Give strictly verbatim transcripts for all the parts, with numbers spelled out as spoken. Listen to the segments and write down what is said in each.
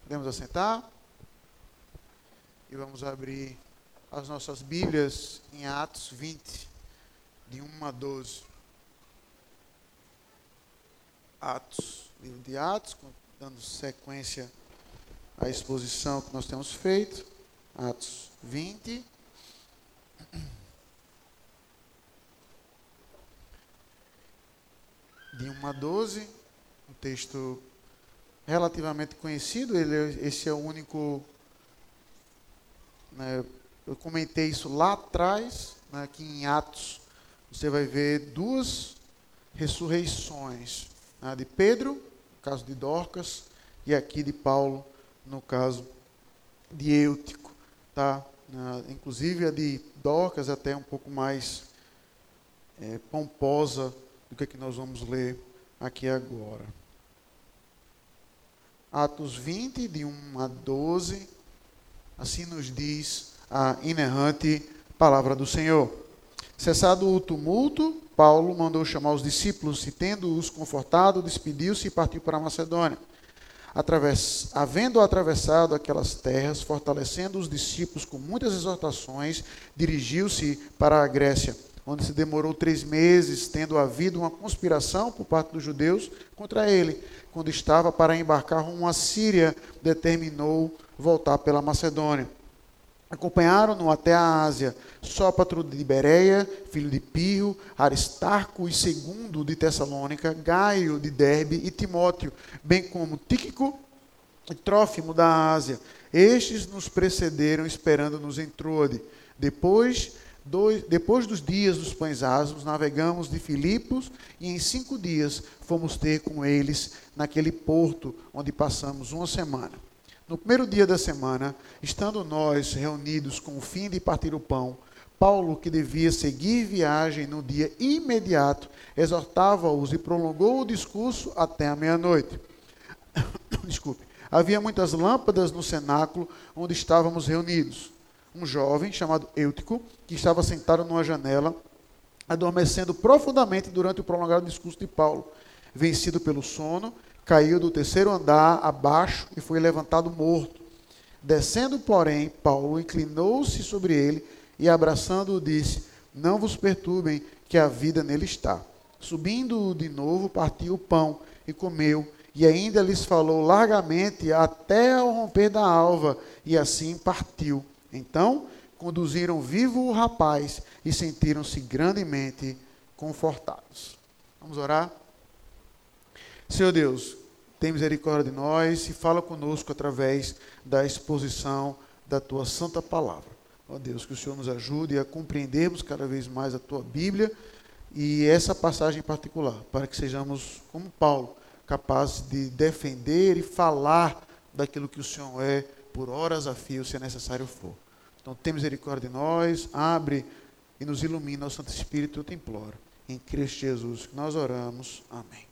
Podemos assentar e vamos abrir as nossas Bíblias em Atos vinte, de um a doze. Atos, livro de Atos, dando sequência à exposição que nós temos feito. Atos vinte. De um a doze, um texto relativamente conhecido. Ele, esse é o único, né, eu comentei isso lá atrás, né, que em Atos você vai ver duas ressurreições, né, de Pedro, no caso de Dorcas, e aqui de Paulo, no caso de Eutico. Tá? Uh, inclusive a de Dorcas é até um pouco mais é, pomposa do que, é que nós vamos ler aqui agora. Atos vinte, de um a doze, assim nos diz a inerrante palavra do Senhor. Cessado o tumulto, Paulo mandou chamar os discípulos e, tendo-os confortado, despediu-se e partiu para a Macedônia. Através, havendo atravessado aquelas terras, fortalecendo os discípulos com muitas exortações, dirigiu-se para a Grécia, onde se demorou três meses, tendo havido uma conspiração por parte dos judeus contra ele. Quando estava para embarcar rumo à Síria, determinou voltar pela Macedônia. Acompanharam-no até a Ásia, Sópatro de Bereia, filho de Pirro, Aristarco e Segundo de Tessalônica, Gaio de Derbe e Timóteo, bem como Tíquico e Trófimo da Ásia. Estes nos precederam, esperando-nos em Troade. Depois, dois, depois dos dias dos pães asmos, navegamos de Filipos e em cinco dias fomos ter com eles naquele porto, onde passamos uma semana. No primeiro dia da semana, estando nós reunidos com o fim de partir o pão, Paulo, que devia seguir viagem no dia imediato, exortava-os e prolongou o discurso até a meia-noite. Desculpe. Havia muitas lâmpadas no cenáculo onde estávamos reunidos. Um jovem, chamado Eutico, que estava sentado numa janela, adormecendo profundamente durante o prolongado discurso de Paulo. Vencido pelo sono, caiu do terceiro andar abaixo e foi levantado morto. Descendo, porém, Paulo inclinou-se sobre ele e, abraçando-o, disse: não vos perturbem, que a vida nele está. Subindo de novo, partiu o pão e comeu, e ainda lhes falou largamente até ao romper da alva, e assim partiu. Então, conduziram vivo o rapaz e sentiram-se grandemente confortados. Vamos orar? Senhor Deus, tem misericórdia de nós e fala conosco através da exposição da Tua Santa Palavra. Ó Deus, que o Senhor nos ajude a compreendermos cada vez mais a Tua Bíblia e essa passagem em particular, para que sejamos, como Paulo, capazes de defender e falar daquilo que o Senhor é, por horas a fio, se necessário for. Então, tem misericórdia de nós, abre e nos ilumina, o Santo Espírito, eu te imploro. Em Cristo Jesus, que nós oramos. Amém.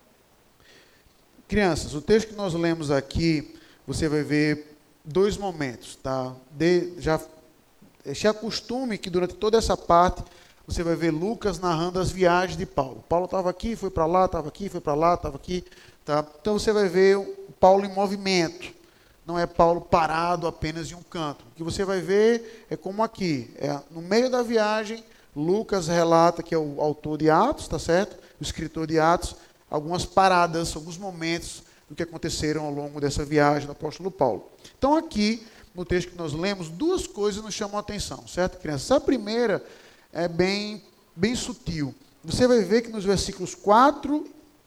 Crianças, o texto que nós lemos aqui, você vai ver dois momentos, tá? De, já se acostume que durante toda essa parte, você vai ver Lucas narrando as viagens de Paulo. Paulo estava aqui, foi para lá, estava aqui, foi para lá, estava aqui, tá? Então você vai ver o Paulo em movimento. Não é Paulo parado apenas em um canto. O que você vai ver é como aqui, é, no meio da viagem, Lucas relata, que é o autor de Atos, tá certo? O escritor de Atos, algumas paradas, alguns momentos do que aconteceram ao longo dessa viagem do apóstolo Paulo. Então aqui, no texto que nós lemos, duas coisas nos chamam a atenção, certo, crianças? A primeira é bem, bem sutil. Você vai ver que nos versículos quatro,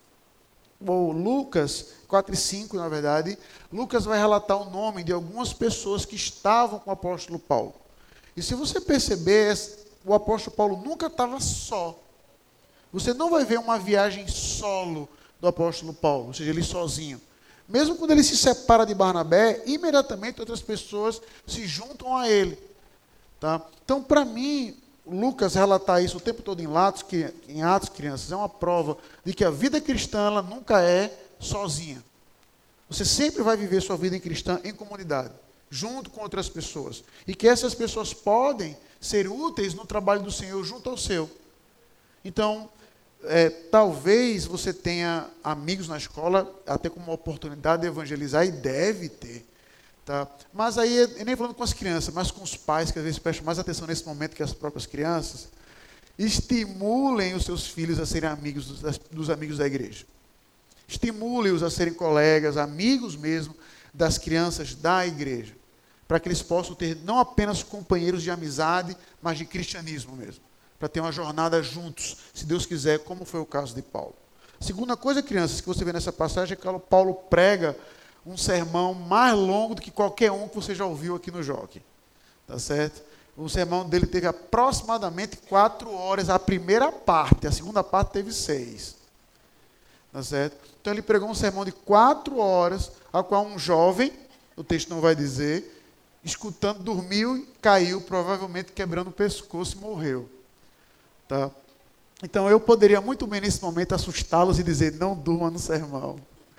ou Lucas, quatro e cinco, na verdade, Lucas vai relatar o nome de algumas pessoas que estavam com o apóstolo Paulo. E se você perceber, o apóstolo Paulo nunca estava só. Você não vai ver uma viagem solo do apóstolo Paulo, ou seja, ele sozinho. Mesmo quando ele se separa de Barnabé, imediatamente outras pessoas se juntam a ele. Tá? Então, para mim, Lucas relatar isso o tempo todo em Atos, que, em Atos, crianças, é uma prova de que a vida cristã ela nunca é sozinha. Você sempre vai viver sua vida em cristã em comunidade, junto com outras pessoas. E que essas pessoas podem ser úteis no trabalho do Senhor junto ao seu. Então, é, talvez você tenha amigos na escola, até como uma oportunidade de evangelizar, e deve ter. Tá? Mas aí, eu nem falando com as crianças, mas com os pais, que às vezes prestam mais atenção nesse momento que as próprias crianças, estimulem os seus filhos a serem amigos dos, dos amigos da igreja. Estimule-os a serem colegas, amigos mesmo, das crianças da igreja, para que eles possam ter não apenas companheiros de amizade, mas de cristianismo mesmo, para ter uma jornada juntos, se Deus quiser, como foi o caso de Paulo. Segunda coisa, crianças, que você vê nessa passagem, é que Paulo prega um sermão mais longo do que qualquer um que você já ouviu aqui no Jockey. Tá certo? O sermão dele teve aproximadamente quatro horas, a primeira parte, a segunda parte teve seis. Tá certo? Então ele pregou um sermão de quatro horas, a qual um jovem, o texto não vai dizer, escutando, dormiu e caiu, provavelmente quebrando o pescoço e morreu. Tá? Então eu poderia muito bem nesse momento assustá-los e dizer, não durma no sermão.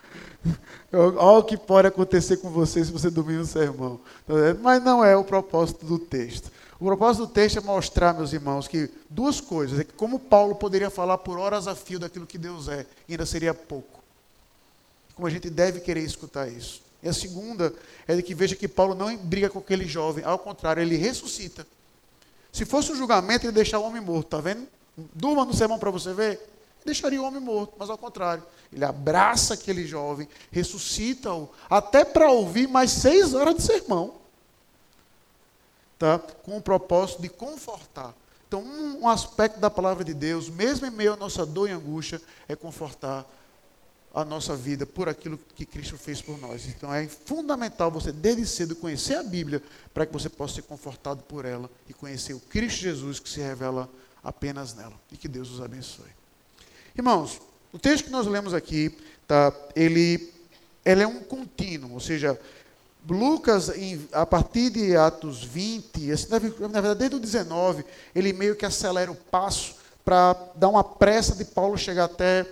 Olha o que pode acontecer com você se você dormir no sermão. Mas não é o propósito do texto. O propósito do texto é mostrar, meus irmãos, que duas coisas. É que como Paulo poderia falar por horas a fio daquilo que Deus é, e ainda seria pouco. Como a gente deve querer escutar isso. E a segunda é de que veja que Paulo não briga com aquele jovem. Ao contrário, ele ressuscita. Se fosse um julgamento, ele deixaria o homem morto. Está vendo? Durma no sermão para você ver. Deixaria o homem morto, mas ao contrário. Ele abraça aquele jovem, ressuscita-o, até para ouvir mais seis horas de sermão. Tá? Com o propósito de confortar. Então, um, um aspecto da palavra de Deus, mesmo em meio à nossa dor e angústia, é confortar a nossa vida por aquilo que Cristo fez por nós. Então, é fundamental você, desde cedo, conhecer a Bíblia, para que você possa ser confortado por ela e conhecer o Cristo Jesus que se revela apenas nela. E que Deus os abençoe. Irmãos, o texto que nós lemos aqui, tá, ele, ele é um contínuo, ou seja, Lucas, em, a partir de Atos vinte, assim, na verdade, desde o dezenove, ele meio que acelera o passo para dar uma pressa de Paulo chegar até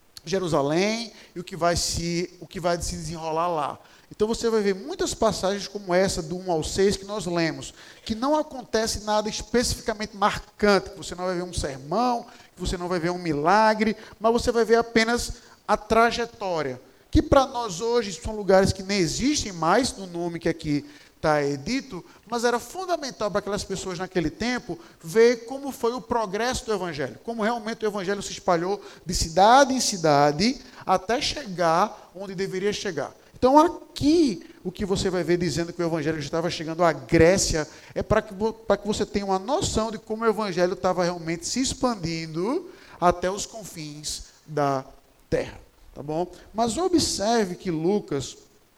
Jerusalém e o que vai se, o que vai se desenrolar lá. Então você vai ver muitas passagens como essa, do um ao seis, que nós lemos, que não acontece nada especificamente marcante, que você não vai ver um sermão, que você não vai ver um milagre, mas você vai ver apenas a trajetória. Que para nós hoje são lugares que nem existem mais, no nome que aqui está dito, mas era fundamental para aquelas pessoas naquele tempo ver como foi o progresso do Evangelho, como realmente o Evangelho se espalhou de cidade em cidade até chegar onde deveria chegar. Então aqui, o que você vai ver dizendo que o Evangelho estava chegando à Grécia, é para que, para que você tenha uma noção de como o Evangelho estava realmente se expandindo até os confins da terra. Tá bom? Mas observe que Lucas,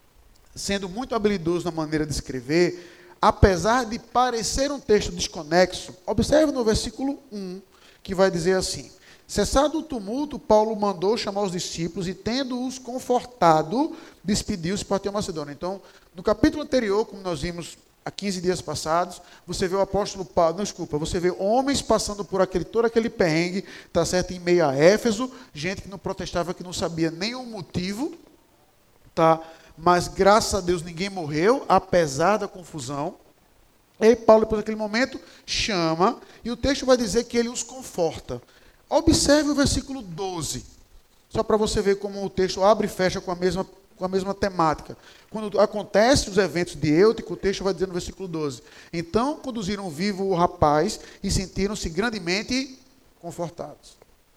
sendo muito habilidoso na maneira de escrever, apesar de parecer um texto desconexo, observe no versículo um, que vai dizer assim: cessado o tumulto, Paulo mandou chamar os discípulos e, tendo-os confortado, despediu-se para a Macedônia. Então, no capítulo anterior, como nós vimos há quinze dias passados, você vê o apóstolo Paulo, não, desculpa, você vê homens passando por aquele, todo aquele perrengue, tá certo, em meio a Éfeso, gente que não protestava, que não sabia nem o motivo, tá? Mas graças a Deus ninguém morreu, apesar da confusão. E aí Paulo, depois daquele momento, chama, e o texto vai dizer que ele os conforta. Observe o versículo doze, só para você ver como o texto abre e fecha com a mesma, com a mesma temática. Quando acontecem os eventos de Eutico, o texto vai dizer no versículo doze: então conduziram vivo o rapaz e sentiram-se grandemente confortados.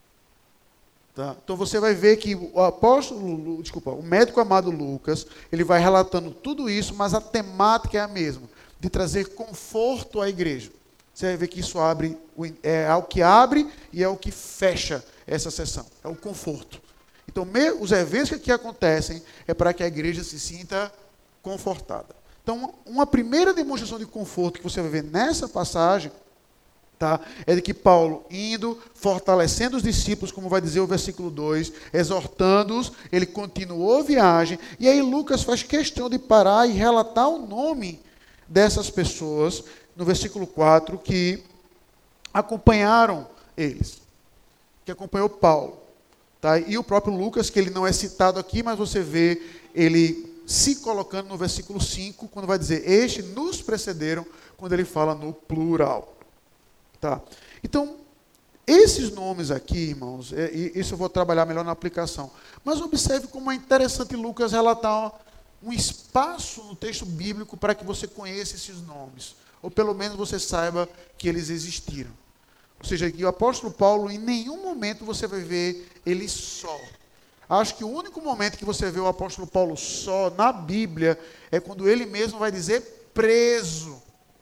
Tá? Então você vai ver que o apóstolo, desculpa, o médico amado Lucas, ele vai relatando tudo isso, mas a temática é a mesma, de trazer conforto à igreja. Você vai ver que isso abre, é o que abre e é o que fecha essa sessão, é o conforto. Então, os eventos que aqui acontecem é para que a igreja se sinta confortada. Então, uma primeira demonstração de conforto que você vai ver nessa passagem, tá, é de que Paulo, indo, fortalecendo os discípulos, como vai dizer o versículo dois, exortando-os, ele continuou a viagem, e aí Lucas faz questão de parar e relatar o nome dessas pessoas, no versículo quatro, que acompanharam eles, que acompanhou Paulo. Tá? E o próprio Lucas, que ele não é citado aqui, mas você vê ele se colocando no versículo cinco, quando vai dizer, estes nos precederam, quando ele fala no plural. Tá? Então, Esses nomes aqui, irmãos, e isso eu vou trabalhar melhor na aplicação. Mas observe como é interessante Lucas relatar um espaço no texto bíblico para que você conheça esses nomes. Ou pelo menos você saiba que eles existiram. Ou seja, que o apóstolo Paulo, em nenhum momento você vai ver ele só. Acho que o único momento que você vê o apóstolo Paulo só na Bíblia é quando ele mesmo vai dizer preso.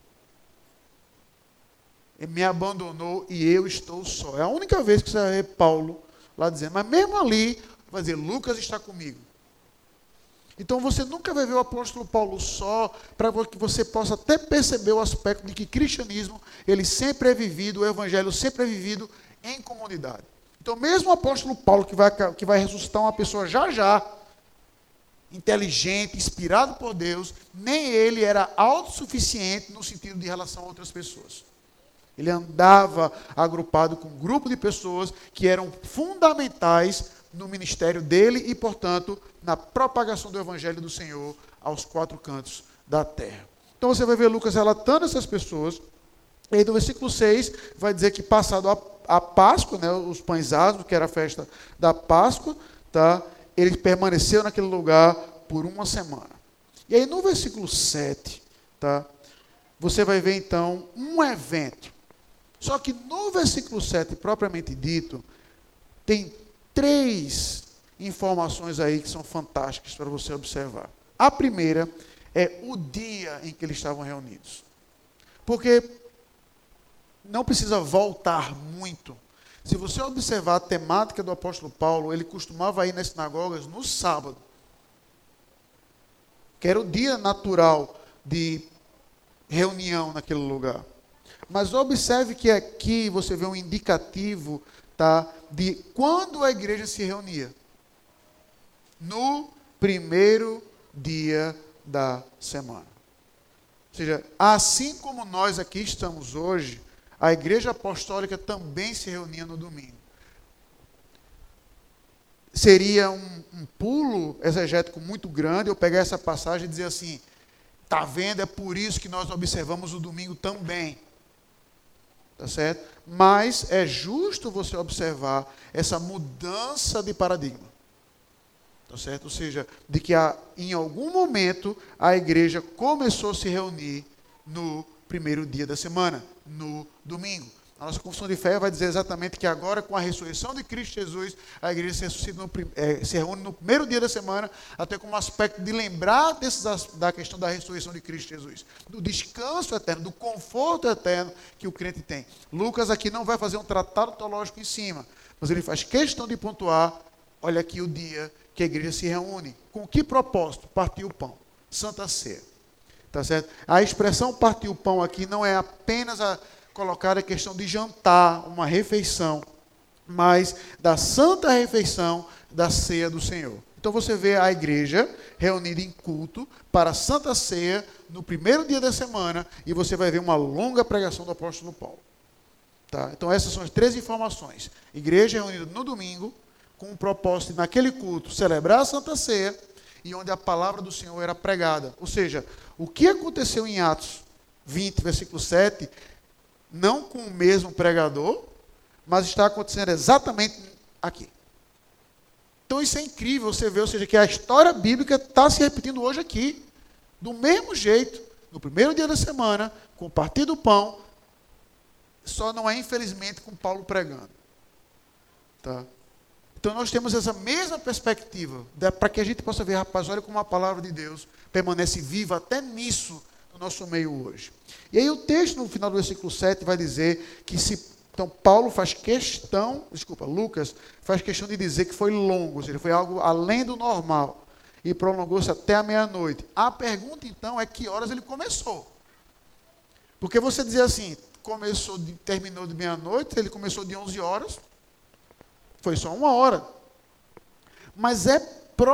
Ele me abandonou e eu estou só. É a única vez que você vai ver Paulo lá dizendo. Mas mesmo ali, vai dizer, Lucas está comigo. Então você nunca vai ver o apóstolo Paulo só, para que você possa até perceber o aspecto de que cristianismo, ele sempre é vivido, o evangelho sempre é vivido em comunidade. Então mesmo o apóstolo Paulo, que vai, que vai ressuscitar uma pessoa já já, inteligente, inspirado por Deus, nem ele era autossuficiente no sentido de relação a outras pessoas. Ele andava agrupado com um grupo de pessoas que eram fundamentais no ministério dele e, portanto, na propagação do evangelho do Senhor aos quatro cantos da terra. Então você vai ver Lucas relatando essas pessoas, e aí no versículo seis vai dizer que passado a, a Páscoa, né, os pães asmos, que era a festa da Páscoa, tá, ele permaneceu naquele lugar por uma semana. E aí no versículo sete, tá, você vai ver então um evento. Só que no versículo sete, propriamente dito, tem três informações aí que são fantásticas para você observar. A primeira é o dia em que eles estavam reunidos. Porque não precisa voltar muito. Se você observar a temática do apóstolo Paulo, ele costumava ir nas sinagogas no sábado, que era o dia natural de reunião naquele lugar. Mas observe que aqui você vê um indicativo, tá, de quando a igreja se reunia. No primeiro dia da semana. Ou seja, assim como nós aqui estamos hoje, a igreja apostólica também se reunia no domingo. Seria um, um pulo exegético muito grande eu pegar essa passagem e dizer assim, está vendo, é por isso que nós observamos o domingo também. Tá certo? Mas é justo você observar essa mudança de paradigma. Tá certo? Ou seja, de que a, em algum momento a igreja começou a se reunir no primeiro dia da semana, no domingo. A nossa confissão de fé vai dizer exatamente que agora, com a ressurreição de Cristo Jesus, a igreja se, ressuscita no, é, se reúne no primeiro dia da semana, até como aspecto de lembrar desses, da questão da ressurreição de Cristo Jesus, do descanso eterno, do conforto eterno que o crente tem. Lucas aqui não vai fazer um tratado teológico em cima, mas ele faz questão de pontuar, olha aqui o dia que a igreja se reúne. Com que propósito? Partir o pão. Santa Ceia. Tá certo? A expressão partir o pão aqui não é apenas a colocar a questão de jantar, uma refeição, mas da santa refeição da ceia do Senhor. Então você vê a igreja reunida em culto para a santa ceia no primeiro dia da semana e você vai ver uma longa pregação do apóstolo Paulo. Tá? Então essas são as três informações. Igreja reunida no domingo, com o propósito de, naquele culto, celebrar a santa ceia e onde a palavra do Senhor era pregada. Ou seja, o que aconteceu em Atos vinte, versículo sete, não com o mesmo pregador, mas está acontecendo exatamente aqui. Então isso é incrível, você vê, ou seja, que a história bíblica está se repetindo hoje aqui, do mesmo jeito, no primeiro dia da semana, com o partir do pão, só não é, infelizmente, com Paulo pregando. Tá? Então nós temos essa mesma perspectiva, para que a gente possa ver, rapaz, olha como a palavra de Deus permanece viva até nisso, no nosso meio hoje. E aí o texto no final do versículo sete vai dizer que se, então Paulo faz questão, desculpa, Lucas faz questão de dizer que foi longo, ou seja, foi algo além do normal, e prolongou-se até a meia-noite. A pergunta então é que horas ele começou. Porque você dizer assim, começou de, terminou de meia-noite, ele começou de onze horas, foi só uma hora. Mas é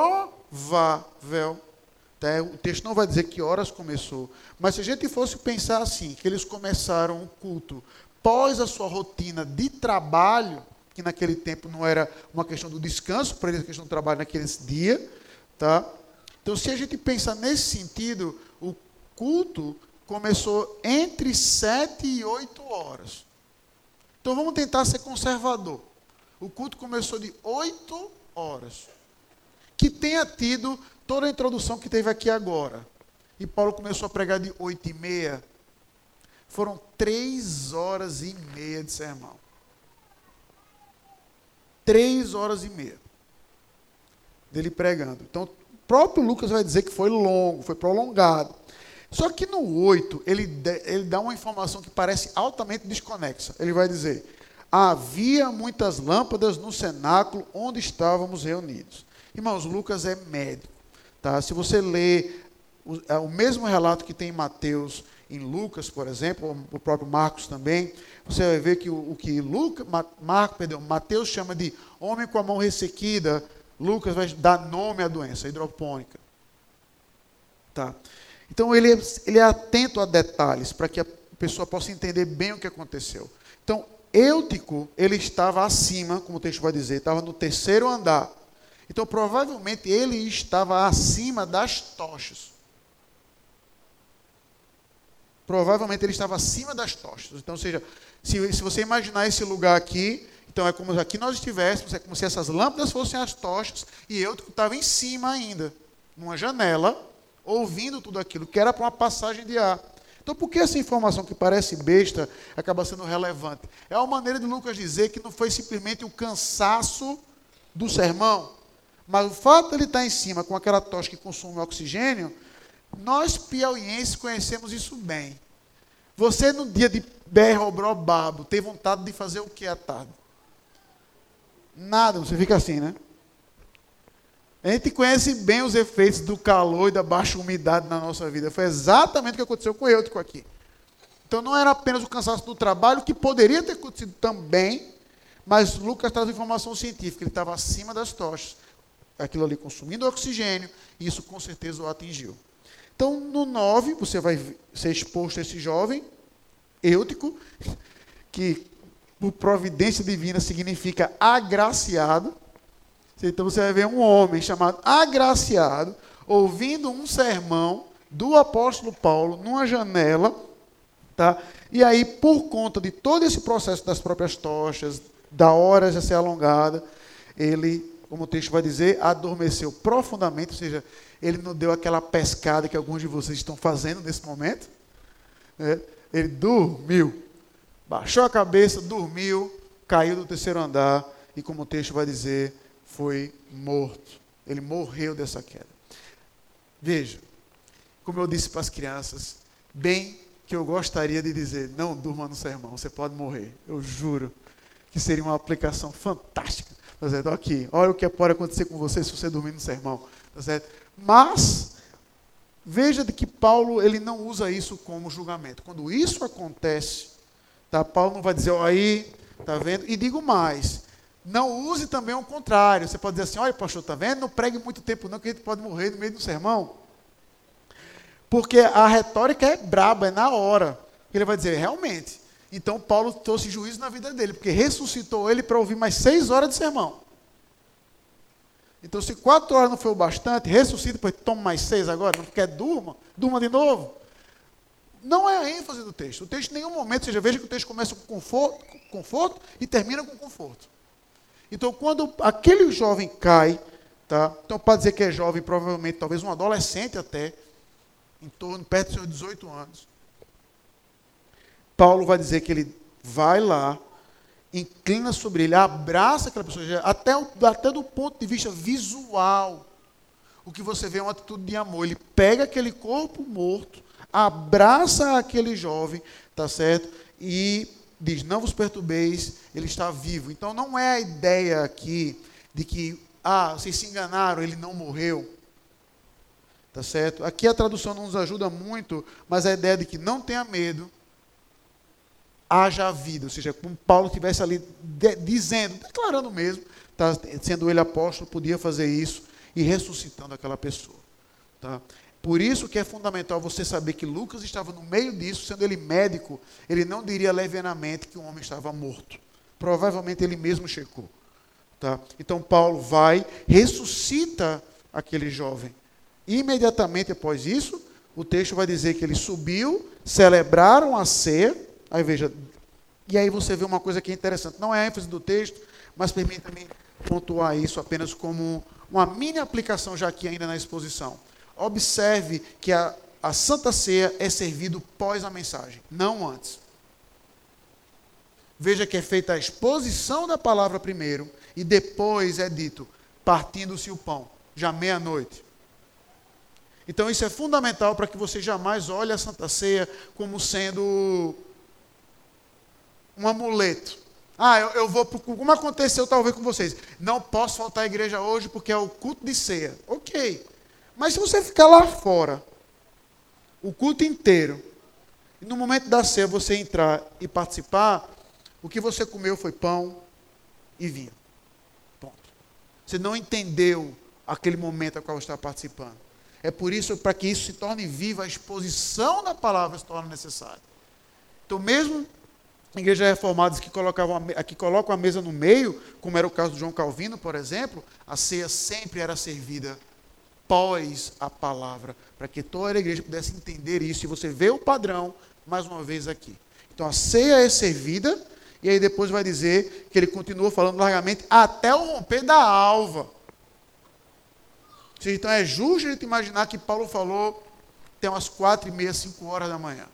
provável, tá? O texto não vai dizer que horas começou, mas se a gente fosse pensar assim, que eles começaram o culto pós a sua rotina de trabalho, que naquele tempo não era uma questão do descanso, para eles a questão do trabalho naquele dia, tá? Então se a gente pensar nesse sentido, o culto começou entre sete e oito horas. Então vamos tentar ser conservador. O culto começou de oito horas. Que tenha tido toda a introdução que teve aqui agora. E Paulo começou a pregar de oito e meia. Foram três horas e meia de sermão. Três horas e meia dele pregando. Então, o próprio Lucas vai dizer que foi longo, foi prolongado. Só que no oito, ele, ele dá uma informação que parece altamente desconexa. Ele vai dizer, havia muitas lâmpadas no cenáculo onde estávamos reunidos. Irmãos, Lucas é médico. Tá? Se você ler o, o mesmo relato que tem em Mateus, em Lucas, por exemplo, o próprio Marcos também, você vai ver que o, o que Lucas, Marcos, perdão, Mateus chama de homem com a mão ressequida, Lucas vai dar nome à doença, hidropônica. Tá? Então, ele é, ele é atento a detalhes, para que a pessoa possa entender bem o que aconteceu. Então, Eutico, ele estava acima, como o texto vai dizer, estava no terceiro andar. Então, provavelmente, ele estava acima das tochas. Provavelmente, ele estava acima das tochas. Então, ou seja, se, se você imaginar esse lugar aqui, então é como se aqui nós estivéssemos, é como se essas lâmpadas fossem as tochas, e Eutico estava em cima ainda, numa janela, ouvindo tudo aquilo, que era para uma passagem de ar. Então, por que essa informação que parece besta acaba sendo relevante? É uma maneira de Lucas dizer que não foi simplesmente o cansaço do sermão, mas o fato de ele estar em cima com aquela tocha que consome oxigênio, nós piauienses conhecemos isso bem. Você, no dia de berro-brobabo, tem vontade de fazer o que à tarde? Nada, você fica assim, né? A gente conhece bem os efeitos do calor e da baixa umidade na nossa vida. Foi exatamente o que aconteceu com o Eutico aqui. Então, não era apenas o cansaço do trabalho, que poderia ter acontecido também, mas Lucas traz informação científica. Ele estava acima das tochas. Aquilo ali consumindo oxigênio, e isso com certeza o atingiu. Então, no nove, você vai ser exposto a esse jovem, Eutico, que por providência divina significa agraciado. Então você vai ver um homem chamado agraciado, ouvindo um sermão do apóstolo Paulo numa janela, tá? E aí, por conta de todo esse processo das próprias tochas, da hora já ser alongada, ele, como o texto vai dizer, adormeceu profundamente, ou seja, ele não deu aquela pescada que alguns de vocês estão fazendo nesse momento, né? Ele dormiu, baixou a cabeça, dormiu, caiu do terceiro andar e, como o texto vai dizer, foi morto. Ele morreu dessa queda. Veja, como eu disse para as crianças, bem que eu gostaria de dizer, não durma no sermão, você pode morrer. Eu juro que seria uma aplicação fantástica. Tá certo? Aqui, olha o que pode acontecer com você se você dormir no sermão. Tá certo? Mas, veja de que Paulo ele não usa isso como julgamento. Quando isso acontece, tá? Paulo não vai dizer, ó, aí, tá vendo? E digo mais, não use também o contrário. Você pode dizer assim, olha, pastor, está vendo? Não pregue muito tempo não, que a gente pode morrer no meio do sermão. Porque a retórica é braba, é na hora. Ele vai dizer, realmente. Então, Paulo trouxe juízo na vida dele, porque ressuscitou ele para ouvir mais seis horas de sermão. Então, se quatro horas não foi o bastante, ressuscita, depois toma mais seis agora, não quer durma, durma de novo. Não é a ênfase do texto. O texto, em nenhum momento, seja, veja que o texto começa com conforto, conforto e termina com conforto. Então, quando aquele jovem cai, tá? Então pode dizer que é jovem, provavelmente, talvez um adolescente até, em torno, perto dos seus dezoito anos. Paulo vai dizer que ele vai lá, inclina sobre ele, abraça aquela pessoa, até, até do ponto de vista visual, o que você vê é uma atitude de amor. Ele pega aquele corpo morto, abraça aquele jovem, tá certo? E diz, não vos perturbeis, ele está vivo. Então, não é a ideia aqui de que, ah, vocês se enganaram, ele não morreu. Tá certo? Aqui a tradução não nos ajuda muito, mas a ideia de que não tenha medo, haja vida. Ou seja, como Paulo estivesse ali de, dizendo, declarando mesmo, tá, sendo ele apóstolo, podia fazer isso e ressuscitando aquela pessoa. Tá? Por isso que é fundamental você saber que Lucas estava no meio disso, sendo ele médico, ele não diria levianamente que o homem estava morto. Provavelmente ele mesmo checou. Tá? Então Paulo vai, ressuscita aquele jovem. E imediatamente após isso, o texto vai dizer que ele subiu, celebraram a ceia. Aí veja, E aí você vê uma coisa que é interessante. Não é a ênfase do texto, mas permita-me pontuar isso apenas como uma mini aplicação, já aqui ainda na exposição. Observe que a, a Santa Ceia é servido pós a mensagem, não antes. Veja que é feita a exposição da palavra primeiro, e depois é dito, partindo-se o pão, já meia-noite. Então isso é fundamental para que você jamais olhe a Santa Ceia como sendo um amuleto. Ah, eu, eu vou, como aconteceu talvez com vocês, não posso faltar à igreja hoje porque é o culto de ceia. Ok, mas se você ficar lá fora, o culto inteiro, e no momento da ceia você entrar e participar, o que você comeu foi pão e vinho. Ponto. Você não entendeu aquele momento a qual está participando. É por isso, para que isso se torne vivo, a exposição da palavra se torna necessária. Então, mesmo igrejas reformadas que, colocavam a, que colocam a mesa no meio, como era o caso do João Calvino, por exemplo, a ceia sempre era servida pós a palavra, para que toda a igreja pudesse entender isso. E você vê o padrão, mais uma vez, aqui. Então, a ceia é servida, e aí depois vai dizer que ele continua falando largamente até o romper da alva. Então, é justo a gente imaginar que Paulo falou até umas quatro e meia, cinco horas da manhã.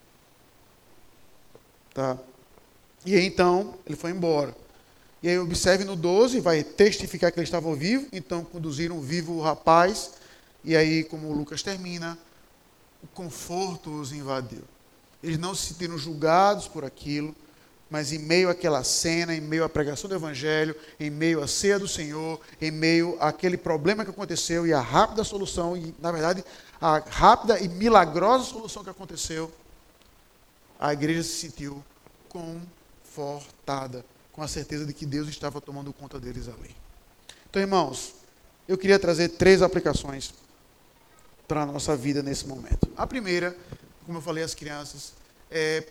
Tá? E aí, então, ele foi embora. E aí, observe no doze, vai testificar que ele estava vivo. Então, conduziram vivo o rapaz. E aí, como o Lucas termina, o conforto os invadiu. Eles não se sentiram julgados por aquilo, mas em meio àquela cena, em meio à pregação do Evangelho, em meio à ceia do Senhor, em meio àquele problema que aconteceu e a rápida solução, e, na verdade, a rápida e milagrosa solução que aconteceu, a igreja se sentiu confortada, com a certeza de que Deus estava tomando conta deles ali. Então, irmãos, eu queria trazer três aplicações para a nossa vida nesse momento. A primeira, como eu falei às crianças, é,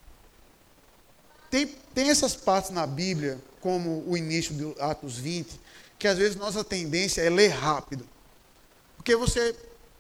tem, tem essas partes na Bíblia, como o início de Atos vinte, que às vezes nossa tendência é ler rápido. Porque você...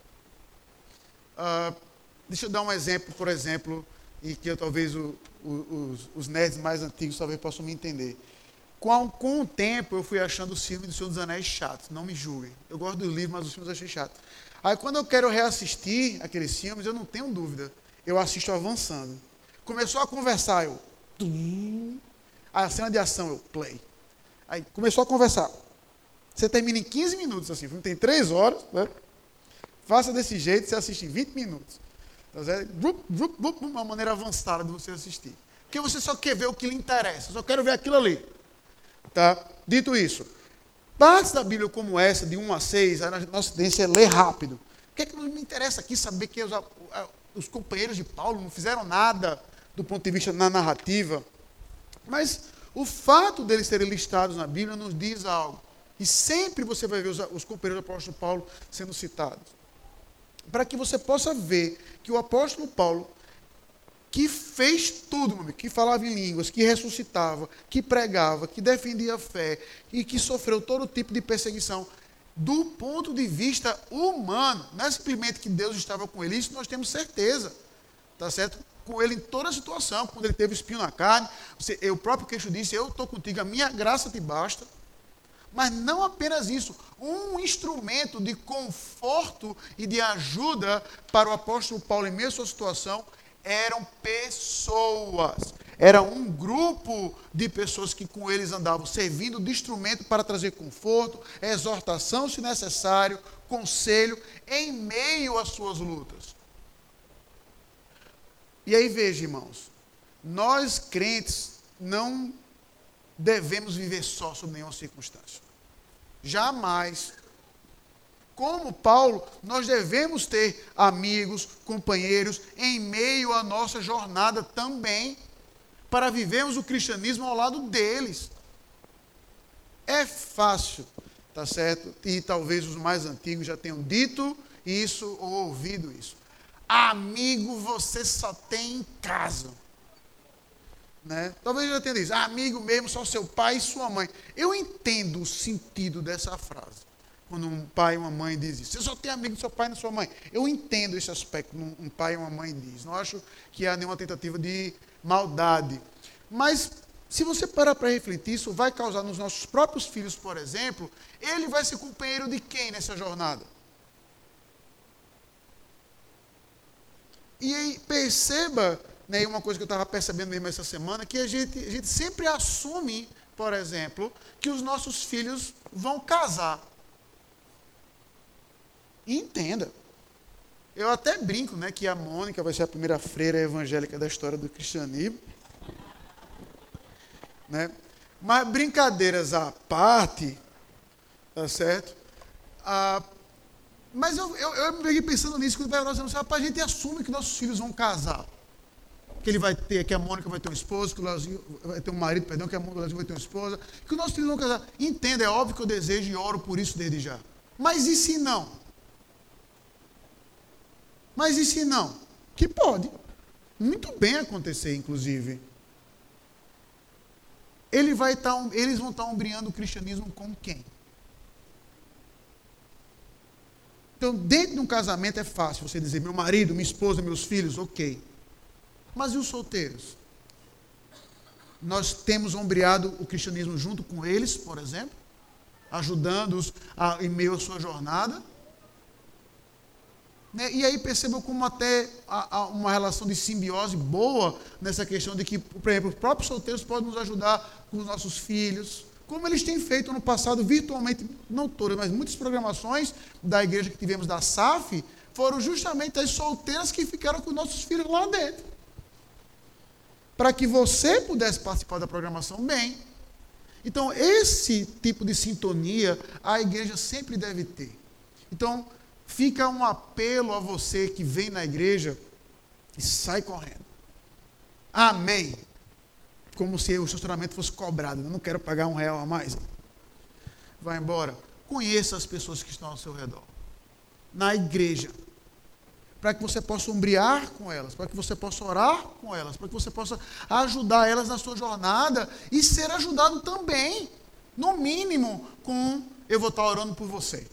Uh, deixa eu dar um exemplo, por exemplo, e que eu, talvez o, o, os, os nerds mais antigos talvez possam me entender. Com, com o tempo, eu fui achando os filmes do Senhor dos Anéis chatos. Não me julguem. Eu gosto dos livros, mas os filmes eu achei chatos. Aí, quando eu quero reassistir aqueles filmes, eu não tenho dúvida. Eu assisto avançando. Começou a conversar, eu... Tum, a cena de ação, eu play. Aí, começou a conversar. Você termina em quinze minutos, assim. O filme tem três horas, né? Faça desse jeito, você assiste em vinte minutos. Então, uma maneira avançada de você assistir. Porque você só quer ver o que lhe interessa. Eu só quero ver aquilo ali. Tá? Dito isso, partes da Bíblia como essa, de um a seis, a nossa tendência é ler rápido. O que é que não me interessa aqui saber que os, os companheiros de Paulo não fizeram nada do ponto de vista na narrativa? Mas o fato deles serem listados na Bíblia nos diz algo. E sempre você vai ver os, os companheiros do apóstolo Paulo sendo citados. Para que você possa ver que o apóstolo Paulo, que fez tudo, meu amigo, que falava em línguas, que ressuscitava, que pregava, que defendia a fé e que sofreu todo tipo de perseguição, do ponto de vista humano, não é simplesmente que Deus estava com ele, isso nós temos certeza, tá certo? Com ele em toda a situação, quando ele teve espinho na carne, você, eu, o próprio queixo disse, eu estou contigo, a minha graça te basta. Mas não apenas isso, um instrumento de conforto e de ajuda para o apóstolo Paulo em meio à sua situação eram pessoas. Era um grupo de pessoas que com eles andavam, servindo de instrumento para trazer conforto, exortação, se necessário, conselho, em meio às suas lutas. E aí veja, irmãos, nós crentes não devemos viver só sob nenhuma circunstância. Jamais. Como Paulo, nós devemos ter amigos, companheiros, em meio à nossa jornada também, para vivermos o cristianismo ao lado deles. É fácil, tá certo? E talvez os mais antigos já tenham dito isso ou ouvido isso. Amigo você só tem em casa. Né? Talvez já tenha dito, ah, amigo mesmo, só seu pai e sua mãe. Eu entendo o sentido dessa frase. Quando um pai e uma mãe dizem isso. Você só tem amigo do seu pai e da sua mãe. Eu entendo esse aspecto, um pai e uma mãe diz. Não acho que há nenhuma tentativa de maldade. Mas, se você parar para refletir, isso vai causar nos nossos próprios filhos, por exemplo, ele vai ser companheiro de quem nessa jornada? E aí, perceba, né, uma coisa que eu estava percebendo mesmo essa semana, que a gente, a gente sempre assume, por exemplo, que os nossos filhos vão casar. E entenda. Eu até brinco, né, que a Mônica vai ser a primeira freira evangélica da história do cristianismo. Né? Mas brincadeiras à parte, tá certo? Ah, mas eu, eu, eu me peguei pensando nisso, quando nós vamos rapaz, a gente assume que nossos filhos vão casar. Que ele vai ter, que a Mônica vai ter um esposo, que o Leozinho vai ter um marido, perdão, que a Mônica vai ter uma esposa, que os nossos filhos vão casar. Entenda, é óbvio que eu desejo e oro por isso desde já. Mas e se não? Mas e se não? Que pode muito bem acontecer, inclusive. Ele vai tá, eles vão estar ombreando o cristianismo com quem? Então, dentro de um casamento é fácil você dizer, meu marido, minha esposa, meus filhos, ok. Mas e os solteiros? Nós temos ombreado o cristianismo junto com eles, por exemplo, ajudando-os a, em meio à sua jornada. Né? E aí percebam como até há, há uma relação de simbiose boa nessa questão de que, por exemplo, os próprios solteiros podem nos ajudar com os nossos filhos, como eles têm feito no passado, virtualmente, não todas, mas muitas programações da igreja que tivemos da S A F, foram justamente as solteiras que ficaram com nossos filhos lá dentro. Para que você pudesse participar da programação bem. Então, esse tipo de sintonia a igreja sempre deve ter. Então, fica um apelo a você que vem na igreja e sai correndo. Amém. Como se o estacionamento fosse cobrado. Eu não quero pagar um real a mais. Vai embora. Conheça as pessoas que estão ao seu redor. Na igreja. Para que você possa ombrear com elas. Para que você possa orar com elas. Para que você possa ajudar elas na sua jornada. E ser ajudado também. No mínimo, com eu vou estar orando por você.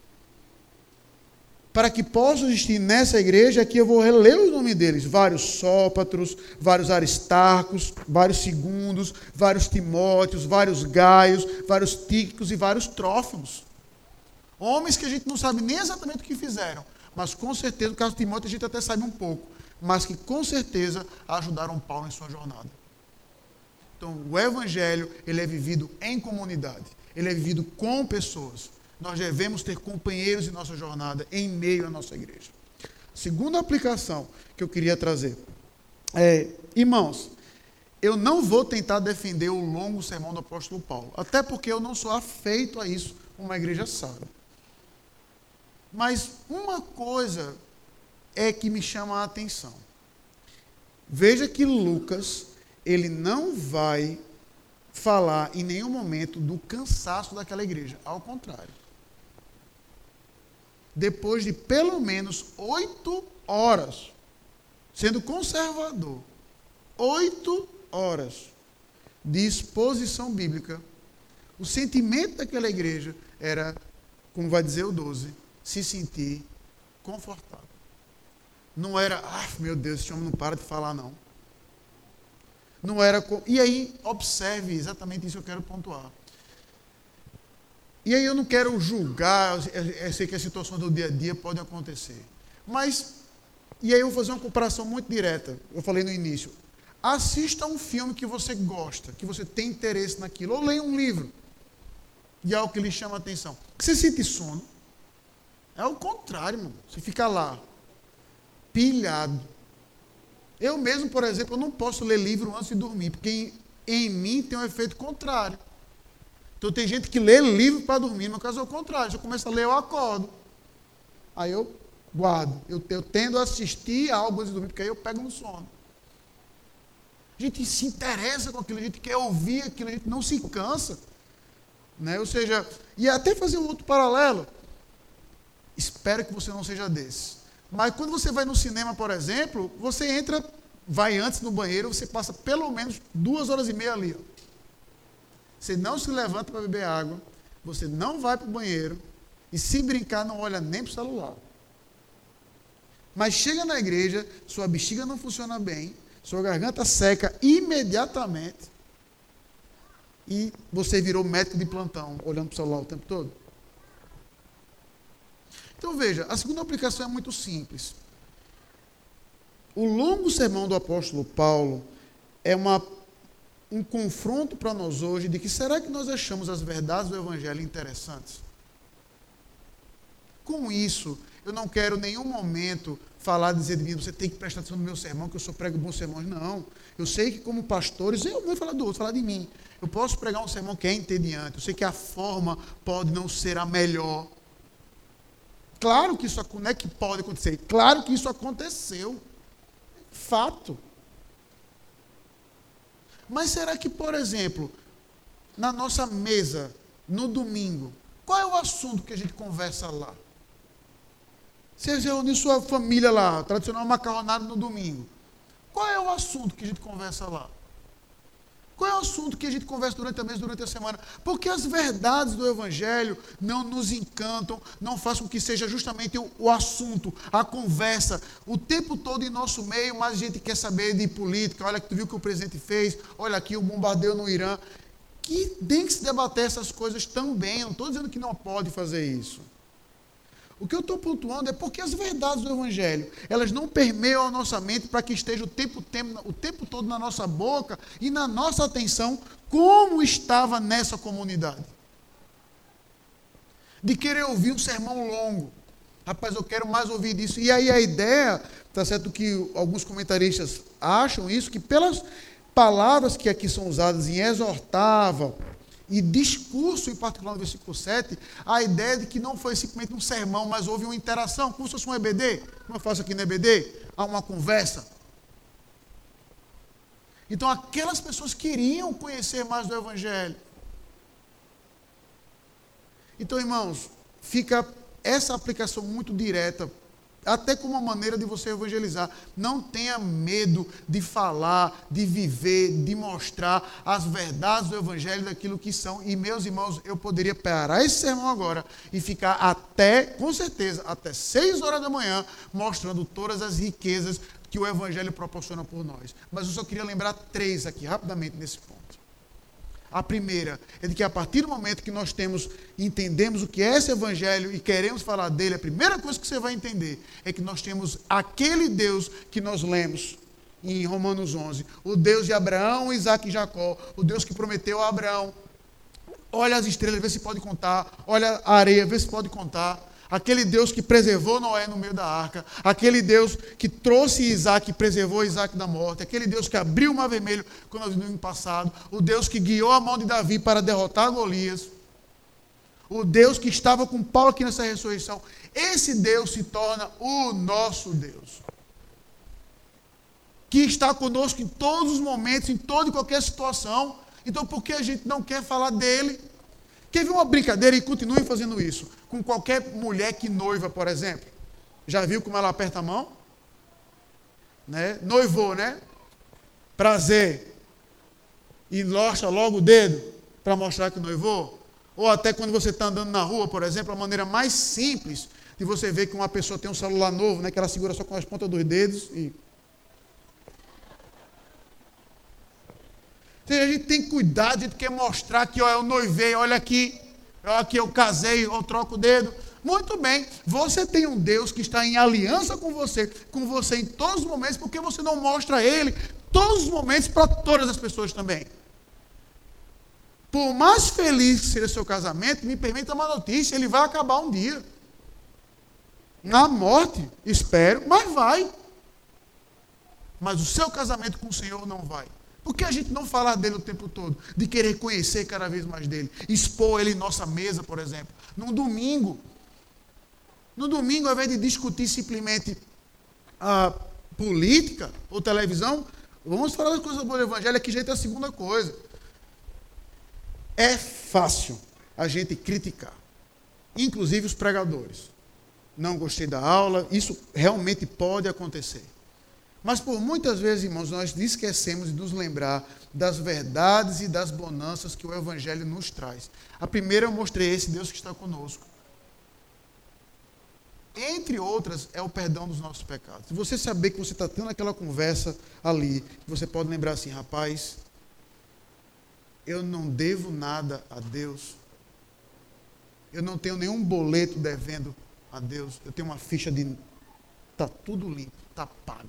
Para que possa existir nessa igreja, aqui eu vou reler os nomes deles, vários Sópatros, vários Aristarcos, vários Segundos, vários Timóteos, vários Gaios, vários Tíquicos e vários Trófimos. Homens que a gente não sabe nem exatamente o que fizeram, mas com certeza, no caso de Timóteo, a gente até sabe um pouco, mas que com certeza ajudaram Paulo em sua jornada. Então, o Evangelho, ele é vivido em comunidade, ele é vivido com pessoas. Nós devemos ter companheiros em nossa jornada, em meio à nossa igreja. Segunda aplicação que eu queria trazer é, irmãos, eu não vou tentar defender o longo sermão do apóstolo Paulo, até porque eu não sou afeito a isso, uma igreja sábia. Mas uma coisa é que me chama a atenção. Veja que Lucas, ele não vai falar em nenhum momento do cansaço daquela igreja, ao contrário. Depois de pelo menos oito horas, sendo conservador, oito horas de exposição bíblica, o sentimento daquela igreja era, como vai dizer o doze, se sentir confortável. Não era, ah, meu Deus, esse homem não para de falar, não. Não era. E aí, observe exatamente isso que eu quero pontuar. E aí eu não quero julgar, eu sei que as situações do dia a dia podem acontecer. Mas, e aí eu vou fazer uma comparação muito direta, eu falei no início. Assista um filme que você gosta, que você tem interesse naquilo, ou leia um livro, de algo que lhe chama a atenção. Você sente sono? É o contrário, mano. Você fica lá, pilhado. Eu mesmo, por exemplo, eu não posso ler livro antes de dormir, porque em, em mim tem um efeito contrário. Então tem gente que lê livro para dormir, no meu caso é o contrário. Se eu começo a ler, eu acordo. Aí eu guardo. Eu, eu tendo a assistir algo antes de dormir, porque aí eu pego no sono. A gente se interessa com aquilo, a gente quer ouvir aquilo, a gente não se cansa. Né? Ou seja, e até fazer um outro paralelo. Espero que você não seja desse. Mas quando você vai no cinema, por exemplo, você entra, vai antes no banheiro, você passa pelo menos duas horas e meia ali. Ó. Você não se levanta para beber água, você não vai para o banheiro, e se brincar, não olha nem para o celular. Mas chega na igreja, sua bexiga não funciona bem, Sua garganta seca imediatamente. E você virou médico de plantão, olhando para o celular o tempo todo. Então veja, a segunda aplicação é muito simples. O longo sermão do apóstolo Paulo é uma, um confronto para nós hoje de que será que nós achamos as verdades do Evangelho interessantes? Com isso, eu não quero em nenhum momento falar, dizer de mim, você tem que prestar atenção no meu sermão, que eu sou prego bons sermões. Não. Eu sei que como pastores, eu não vou falar do outro, vou falar de mim. Eu posso pregar um sermão que é entediante. Eu sei que a forma pode não ser a melhor. Claro que isso não é que pode acontecer. Claro que isso aconteceu. Fato. Mas será que, por exemplo, na nossa mesa, no domingo, qual é o assunto que a gente conversa lá? Você reúne sua família lá, tradicional macarronada no domingo. Qual é o assunto que a gente conversa lá? Qual é o assunto que a gente conversa durante a mês, durante a semana? Porque as verdades do Evangelho não nos encantam, não fazem com que seja justamente o, o assunto, a conversa, o tempo todo em nosso meio, mas a gente quer saber de política, olha que tu viu o que o presidente fez, olha aqui o bombardeio no Irã. Que tem que se debater essas coisas também, não estou dizendo que não pode fazer isso. O que eu estou pontuando é porque as verdades do Evangelho, elas não permeiam a nossa mente para que esteja o tempo, tempo, o tempo todo na nossa boca e na nossa atenção, como estava nessa comunidade. De querer ouvir um sermão longo. Rapaz, eu quero mais ouvir disso. E aí a ideia, está certo que alguns comentaristas acham isso, que pelas palavras que aqui são usadas em exortava, e discurso, em particular no versículo sete, a ideia de que não foi simplesmente um sermão, mas houve uma interação, como se fosse um E B D, como eu faço aqui no E B D, há uma conversa. Então, aquelas pessoas queriam conhecer mais do Evangelho. Então, irmãos, fica essa aplicação muito direta, até como uma maneira de você evangelizar. Não tenha medo de falar, de viver, de mostrar as verdades do Evangelho, daquilo que são. E, meus irmãos, eu poderia parar esse sermão agora e ficar até, com certeza, até seis horas da manhã, mostrando todas as riquezas que o Evangelho proporciona por nós. Mas eu só queria lembrar três aqui, rapidamente, nesse ponto. A primeira é de que a partir do momento que nós temos, entendemos o que é esse Evangelho e queremos falar dele, a primeira coisa que você vai entender é que nós temos aquele Deus que nós lemos em Romanos onze, o Deus de Abraão, Isaac e Jacó, o Deus que prometeu a Abraão. Olha as estrelas, vê se pode contar, olha a areia, vê se pode contar. Aquele Deus que preservou Noé no meio da arca, aquele Deus que trouxe Isaac e preservou Isaac da morte, aquele Deus que abriu o mar vermelho quando nós vimos no passado, o Deus que guiou a mão de Davi para derrotar Golias, o Deus que estava com Paulo aqui nessa ressurreição. Esse Deus se torna o nosso Deus, que está conosco em todos os momentos, em toda e qualquer situação. Então, por que a gente não quer falar dele? Quer ver uma brincadeira e continue fazendo isso? Com qualquer mulher que noiva, por exemplo. Já viu como ela aperta a mão? Né? Noivou, né? Prazer. E locha logo o dedo para mostrar que noivou. Ou até quando você está andando na rua, por exemplo, a maneira mais simples de você ver que uma pessoa tem um celular novo, né? Que ela segura só com as pontas dos dedos e... A gente tem cuidado, a gente quer mostrar que ó, eu noivei, olha aqui, olha aqui eu casei, eu troco o dedo. Muito bem, você tem um Deus que está em aliança com você, com você em todos os momentos, porque você não mostra Ele todos os momentos para todas as pessoas também. Por mais feliz que seja o seu casamento, me permita uma notícia, ele vai acabar um dia. Na morte, espero, mas vai. Mas o seu casamento com o Senhor não vai. Por que a gente não falar dele o tempo todo? De querer conhecer cada vez mais dele. Expor ele em nossa mesa, por exemplo. Num domingo. No domingo, ao invés de discutir simplesmente a política ou televisão, vamos falar das coisas do Evangelho, que jeito é a segunda coisa. É fácil a gente criticar. Inclusive os pregadores. Não gostei da aula, isso realmente pode acontecer. Mas por muitas vezes, irmãos, nós esquecemos de nos lembrar das verdades e das bonanças que o Evangelho nos traz. A primeira eu mostrei esse Deus que está conosco. Entre outras, é o perdão dos nossos pecados. Se você saber que você está tendo aquela conversa ali, você pode lembrar assim, rapaz, eu não devo nada a Deus. Eu não tenho nenhum boleto devendo a Deus. Eu tenho uma ficha de... Está tudo limpo, está pago.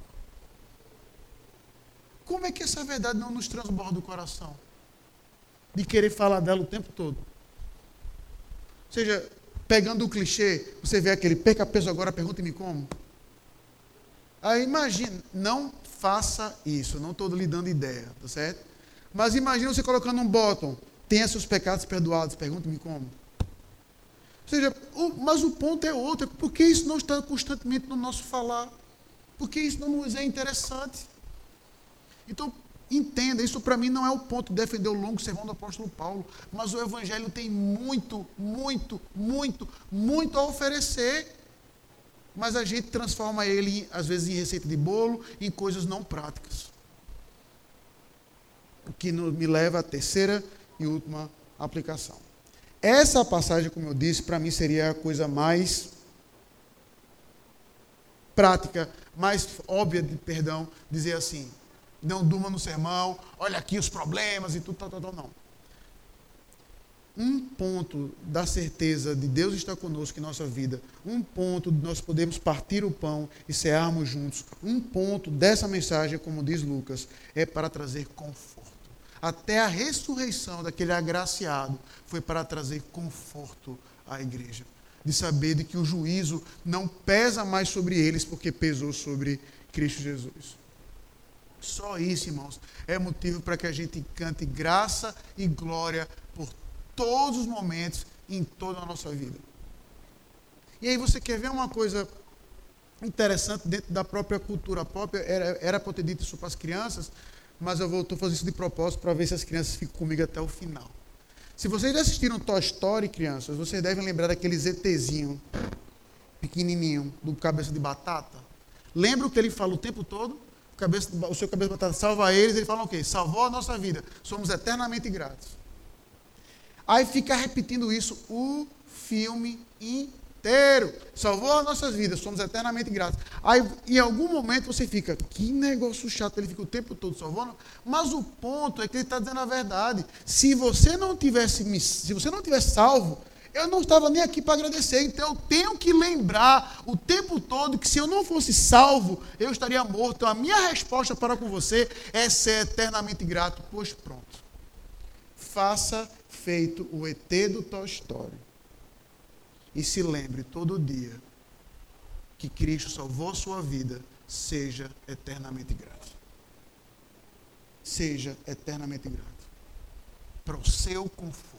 Como é que essa verdade não nos transborda o coração? De querer falar dela o tempo todo. Ou seja, pegando o clichê, você vê aquele perca peso agora, pergunte-me como. Aí imagina, não faça isso, não estou lhe dando ideia, tá certo? Mas imagina você colocando um bottom, tenha seus pecados perdoados, pergunte-me como. Ou seja, o, mas o ponto é outro, por que isso não está constantemente no nosso falar? Por que isso não nos é interessante? Então, entenda, isso para mim não é o ponto de defender o longo sermão do apóstolo Paulo, mas o Evangelho tem muito, muito, muito, muito a oferecer, mas a gente transforma ele, às vezes, em receita de bolo, em coisas não práticas. O que me leva à terceira e última aplicação. Essa passagem, como eu disse, para mim seria a coisa mais prática, mais óbvia de perdão, dizer assim, não durma no sermão, olha aqui os problemas e tudo, tal, tal, tal, não. Um ponto da certeza de Deus estar conosco em nossa vida, um ponto de nós podermos partir o pão e cearmos juntos, um ponto dessa mensagem, como diz Lucas, é para trazer conforto. Até a ressurreição daquele agraciado foi para trazer conforto à igreja. De saber de que o juízo não pesa mais sobre eles, porque pesou sobre Cristo Jesus. Só isso, irmãos, é motivo para que a gente cante graça e glória por todos os momentos, em toda a nossa vida. E aí você quer ver uma coisa interessante dentro da própria cultura pop? Era, era para eu ter dito isso para as crianças, mas eu estou fazendo isso de propósito para ver se as crianças ficam comigo até o final. Se vocês já assistiram Toy Story, crianças, vocês devem lembrar daquele ZTzinho, pequenininho, do cabeça de batata. Lembra o que ele fala o tempo todo? O, cabeça, o seu cabeça de batata salva eles, ele fala o quê? Salvou a nossa vida, somos eternamente gratos. Aí fica repetindo isso o filme inteiro. Salvou as nossas vidas, somos eternamente gratos. Aí, em algum momento, você fica, que negócio chato, ele fica o tempo todo salvando. Mas o ponto é que ele está dizendo a verdade. Se você não tivesse, se você não tivesse salvo, eu não estava nem aqui para agradecer. Então, eu tenho que lembrar o tempo todo que se eu não fosse salvo, eu estaria morto. Então, a minha resposta para com você é ser eternamente grato. Pois pronto. Faça feito o E T do Toy Story. E se lembre todo dia que Cristo salvou a sua vida, seja eternamente grato. Seja eternamente grato. Para o seu conforto.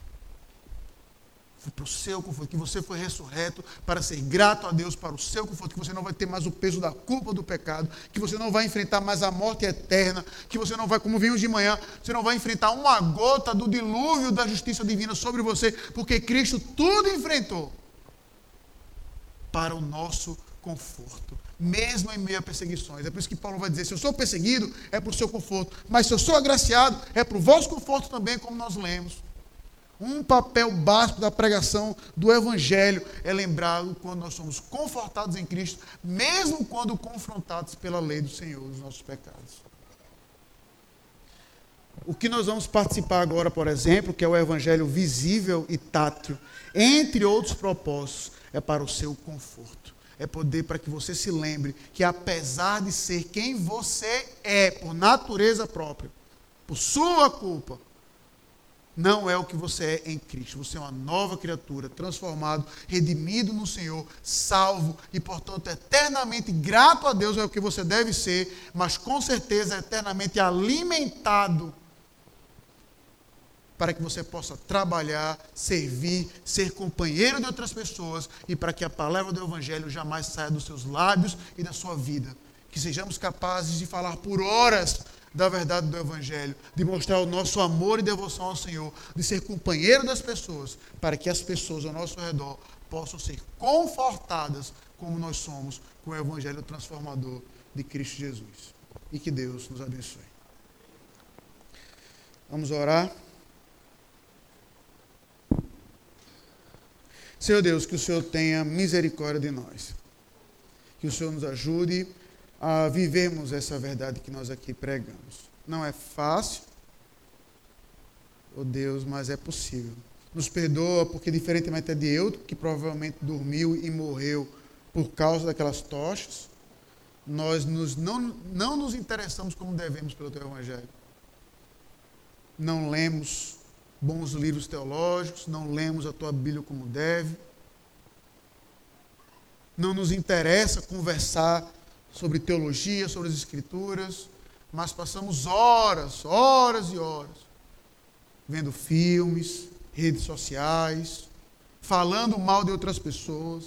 Para o seu conforto. Que você foi ressurreto para ser grato a Deus para o seu conforto. Que você não vai ter mais o peso da culpa do pecado. Que você não vai enfrentar mais a morte eterna. Que você não vai, como vimos de manhã, você não vai enfrentar uma gota do dilúvio da justiça divina sobre você. Porque Cristo tudo enfrentou para o nosso conforto, mesmo em meio a perseguições. É por isso que Paulo vai dizer, se eu sou perseguido, é para o seu conforto, mas se eu sou agraciado, é para o vosso conforto também, como nós lemos. Um papel básico da pregação do Evangelho é lembrado quando nós somos confortados em Cristo, mesmo quando confrontados pela lei do Senhor, dos nossos pecados. O que nós vamos participar agora, por exemplo, que é o Evangelho visível e tátil, entre outros propósitos, é para o seu conforto. É poder para que você se lembre que apesar de ser quem você é, por natureza própria, por sua culpa, não é o que você é em Cristo. Você é uma nova criatura, transformado, redimido no Senhor, salvo e, portanto, eternamente grato a Deus é o que você deve ser, mas com certeza eternamente alimentado para que você possa trabalhar, servir, ser companheiro de outras pessoas e para que a palavra do Evangelho jamais saia dos seus lábios e da sua vida. Que sejamos capazes de falar por horas da verdade do Evangelho, de mostrar o nosso amor e devoção ao Senhor, de ser companheiro das pessoas, para que as pessoas ao nosso redor possam ser confortadas como nós somos com o Evangelho transformador de Cristo Jesus. E que Deus nos abençoe. Vamos orar. Senhor Deus, que o Senhor tenha misericórdia de nós. Que o Senhor nos ajude a vivermos essa verdade que nós aqui pregamos. Não é fácil, oh Deus, mas é possível. Nos perdoa porque, diferentemente de eu, que provavelmente dormiu e morreu por causa daquelas tochas, nós nos, não, não nos interessamos como devemos pelo Teu Evangelho. Não lemos bons livros teológicos, não lemos a Tua Bíblia como deve. Não nos interessa conversar sobre teologia, sobre as Escrituras, mas passamos horas, horas e horas, vendo filmes, redes sociais, falando mal de outras pessoas.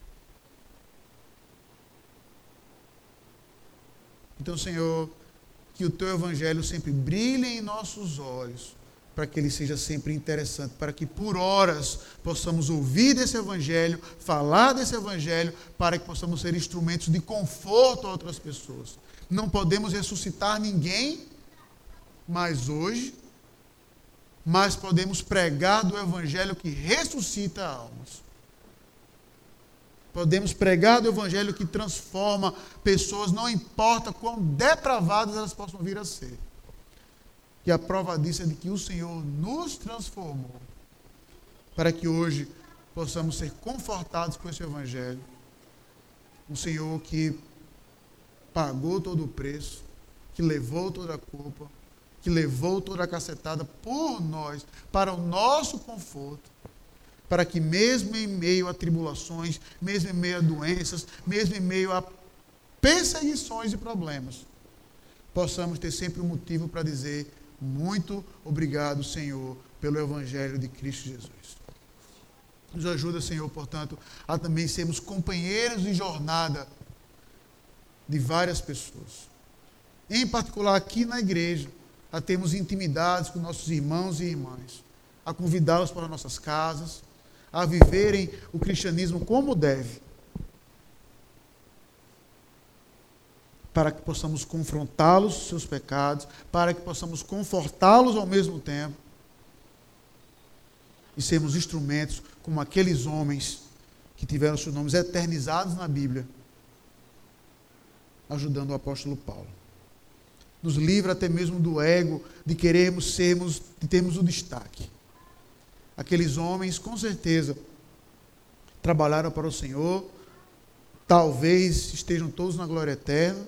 Então, Senhor, que o Teu Evangelho sempre brilhe em nossos olhos, para que ele seja sempre interessante, para que por horas possamos ouvir desse Evangelho, falar desse Evangelho, para que possamos ser instrumentos de conforto a outras pessoas. Não podemos ressuscitar ninguém, mas hoje, mas podemos pregar do Evangelho que ressuscita almas. Podemos pregar do Evangelho que transforma pessoas, não importa quão depravadas elas possam vir a ser. E a prova disso é de que o Senhor nos transformou para que hoje possamos ser confortados com esse Evangelho. Um Senhor que pagou todo o preço, que levou toda a culpa, que levou toda a cacetada por nós, para o nosso conforto, para que mesmo em meio a tribulações, mesmo em meio a doenças, mesmo em meio a perseguições e problemas, possamos ter sempre um motivo para dizer: muito obrigado, Senhor, pelo Evangelho de Cristo Jesus. Nos ajuda, Senhor, portanto, a também sermos companheiros de jornada de várias pessoas. Em particular aqui na igreja, a termos intimidades com nossos irmãos e irmãs, a convidá-los para nossas casas, a viverem o cristianismo como deve, para que possamos confrontá-los com seus pecados, para que possamos confortá-los ao mesmo tempo e sermos instrumentos como aqueles homens que tiveram seus nomes eternizados na Bíblia, ajudando o apóstolo Paulo. Nos livra até mesmo do ego de querermos sermos, de termos o destaque. Aqueles homens, com certeza, trabalharam para o Senhor, talvez estejam todos na glória eterna,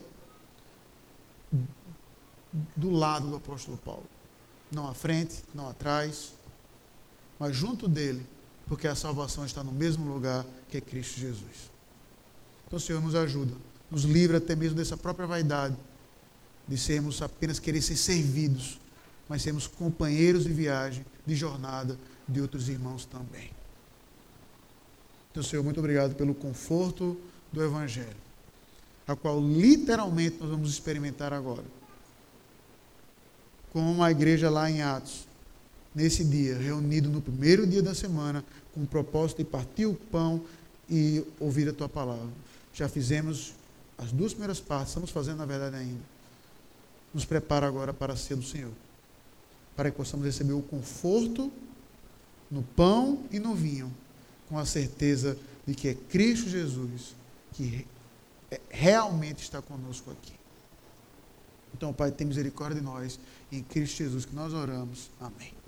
do lado do apóstolo Paulo. Não à frente, não atrás, mas junto dele, porque a salvação está no mesmo lugar que é Cristo Jesus. Então, o Senhor nos ajuda, nos livra até mesmo dessa própria vaidade, de sermos apenas querer ser servidos, mas sermos companheiros de viagem, de jornada de outros irmãos também. Então, Senhor, muito obrigado pelo conforto do Evangelho, a qual literalmente nós vamos experimentar agora. Como a igreja lá em Atos, nesse dia, reunido no primeiro dia da semana, com o propósito de partir o pão e ouvir a Tua palavra. Já fizemos as duas primeiras partes, estamos fazendo na verdade ainda. Nos prepara agora para a ceia do Senhor, para que possamos receber o conforto no pão e no vinho, com a certeza de que é Cristo Jesus que realmente está conosco aqui. Então, Pai, tem misericórdia de nós, em Cristo Jesus que nós oramos. Amém.